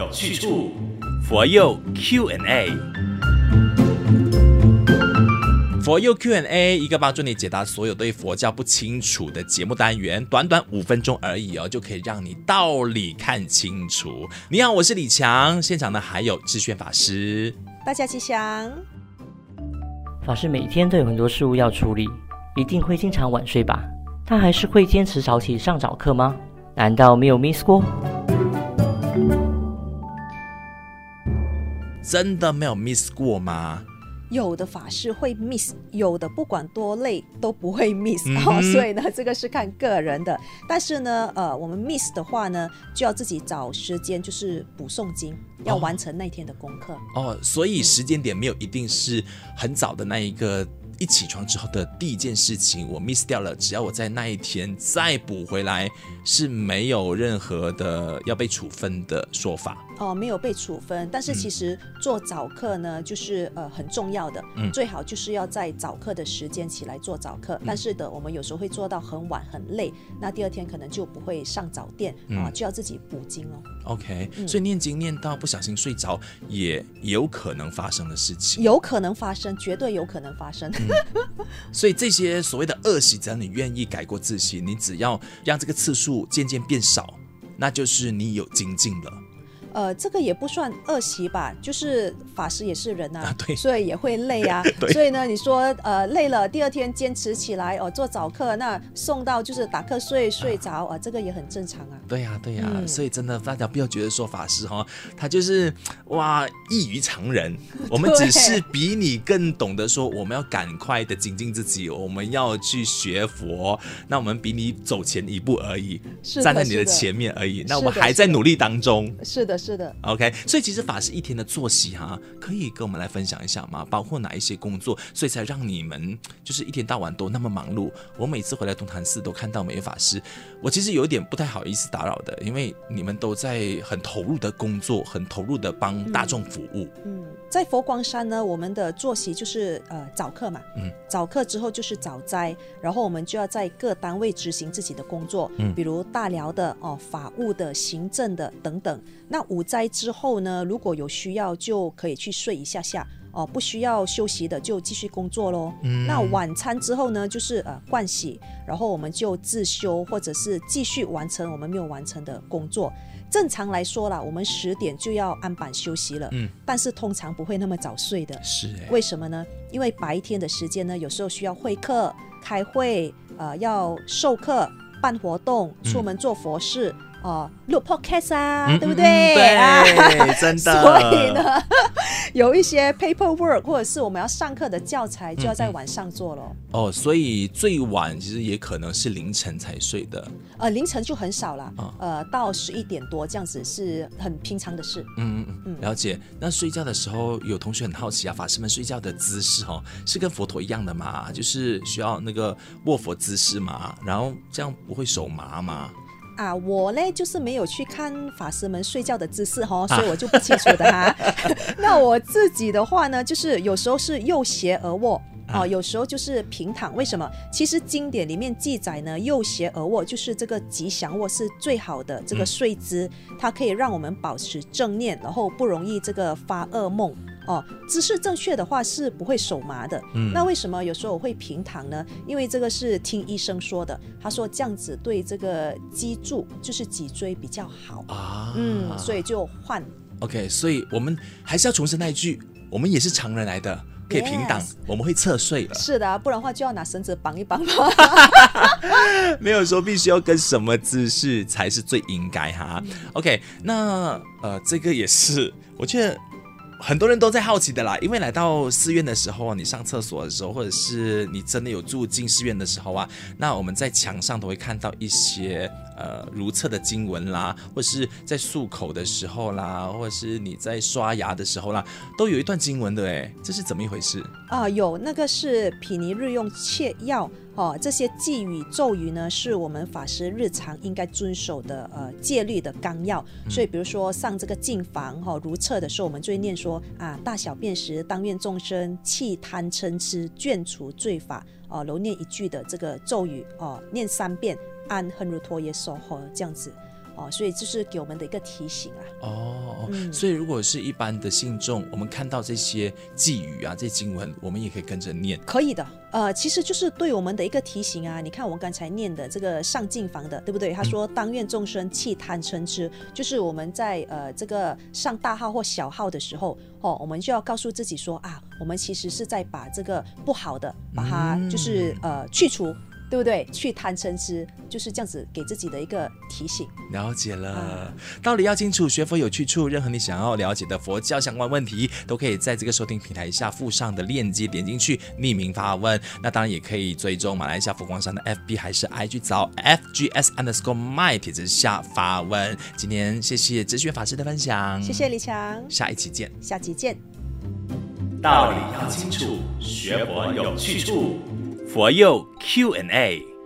有去处，佛佑 Q&A。佛佑 Q&A， 一个帮助你解答所有对佛教不清楚的节目单元，短短5分钟而已就可以让你道理看清楚。你好，我是李强，现场呢还有智炫法师。 大家吉祥。 法师每天都有很多事务要处理，一定会经常晚睡吧？他还是会坚持早起上早课吗？难道没有 miss 过？ 真的没有 miss 过吗？ 有的法师会 miss， 有的不管多累都不会 miss，所以呢，这个是看个人的。但是呢，我们 miss 的话呢，就要自己找时间，就是补诵经，要完成那天的功课。 所以时间点没有一定是很早的那一个。一起床之后的第一件事情我 miss 掉了，只要我在那一天再补回来，是没有任何的要被处分的说法。 没有被处分，但是其实做早课呢，就是很重要的，最好就是要在早课的时间起来做早课。但是的，我们有时候会做到很晚很累，那第二天可能就不会上早殿就要自己补经哦。 OK，所以念经念到不小心睡着，也有可能发生的事情， 有可能发生，绝对有可能发生。 所以这些所谓的恶习，只要你愿意改过自新，你只要让这个次数渐渐变少，那就是你有精进了。 这个也不算恶习吧，就是法师也是人对， 所以也会累啊。所以呢，你说累了，第二天坚持起来做早课，那送到就是打瞌睡着这个也很正常啊。 对呀，所以真的大家不要觉得说法师他就是哇异于常人，我们只是比你更懂得说我们要赶快的精进自己，我们要去学佛，那我们比你走前一步而已，站在你的前面而已，那我们还在努力当中。 是的。 OK， 所以其实法师一天的作息可以跟我们来分享一下吗？包括哪一些工作，所以才让你们就是一天到晚都那么忙碌？我每次回来东潭寺都看到每位法师，我其实有一点不太好意思打扰的，因为你们都在很投入的工作，很投入的帮大众服务。 在佛光山呢，我们的作息就是早课嘛，早课之后就是早斋，然后我们就要在各单位执行自己的工作，比如大寮的法务的、行政的等等。那午斋之后呢，如果有需要就可以去睡一下下不需要休息的就继续工作咯。那晚餐之后呢，就是盥洗，然后我们就自修或者是继续完成我们没有完成的工作。正常来说啦，我们10点就要安板休息了，但是通常不会那么早睡的。 是为什么呢？因为白天的时间呢，有时候需要会客、开会，要授课、办活动、出门做佛事。录 podcast 对不对？ 对，真的。 所以呢，有一些 paperwork 或者是我们要上课的教材，就要在晚上做咯。 所以最晚其实也可能是凌晨才睡的。 凌晨就很少了，到11点多这样子是很平常的事。 了解。那睡觉的时候，有同学很好奇法师们睡觉的姿势是跟佛陀一样的吗？就是需要那个卧佛姿势嘛，然后这样不会手麻吗？ 我呢就是没有去看法师们睡觉的姿势所以我就不清楚的那我自己的话呢，就是有时候是右斜而卧有时候就是平躺。为什么？其实经典里面记载呢，右斜而卧就是这个吉祥卧是最好的这个睡姿，它可以让我们保持正念，然后不容易这个发噩梦姿势正确的话是不会手麻的。那为什么有时候我会平躺呢？因为这个是听医生说的，他说这样子对这个脊柱就是脊椎比较好所以就换。 OK， 所以我们还是要重申那一句，我们也是常人来的，可以平挡，我们会侧睡了。 是的，不然的话就要拿绳子绑一绑没有说必须要跟什么姿势才是最应该OK， 那这个也是我觉得很多人都在好奇的啦，因为来到寺院的时候，你上厕所的时候，或者是你真的有住进寺院的时候那我们在墙上都会看到一些如厕的经文啦，或者是在漱口的时候啦，或者是你在刷牙的时候啦，都有一段经文的这是怎么一回事有那个是毗尼日用切要这些寄语咒语呢，是我们法师日常应该遵守的戒律的纲要。所以比如说上这个净房如厕的时候，我们就会念说大小便时当愿众生弃贪嗔痴，眷除罪法然后念一句的这个咒语念3遍安亨如陀耶娑诃这样子所以就是给我们的一个提醒啊。 所以如果是一般的信众，我们看到这些寄语啊，这些经文，我们也可以跟着念。 可以的，其实就是对我们的一个提醒啊。你看我们刚才念的这个上进房的，对不对？他说当愿众生弃贪嗔痴，就是我们在这个上大号或小号的时候，我们就要告诉自己说啊，我们其实是在把这个不好的把它就是去除。对不对？去贪嗔痴，就是这样子给自己的一个提醒。 了解了，道理要清楚，学佛有去处。任何你想要了解的佛教相关问题，都可以在这个收听平台下附上的链接点进去匿名发问。那当然也可以追踪马来西亚佛光山的 FB 还是 IG 找 FGS_my 帖子下发问。今天谢谢知学法师的分享， 谢谢李强， 下一期见， 下期见。 道理要清楚，学佛有去处。佛佑 Q&A。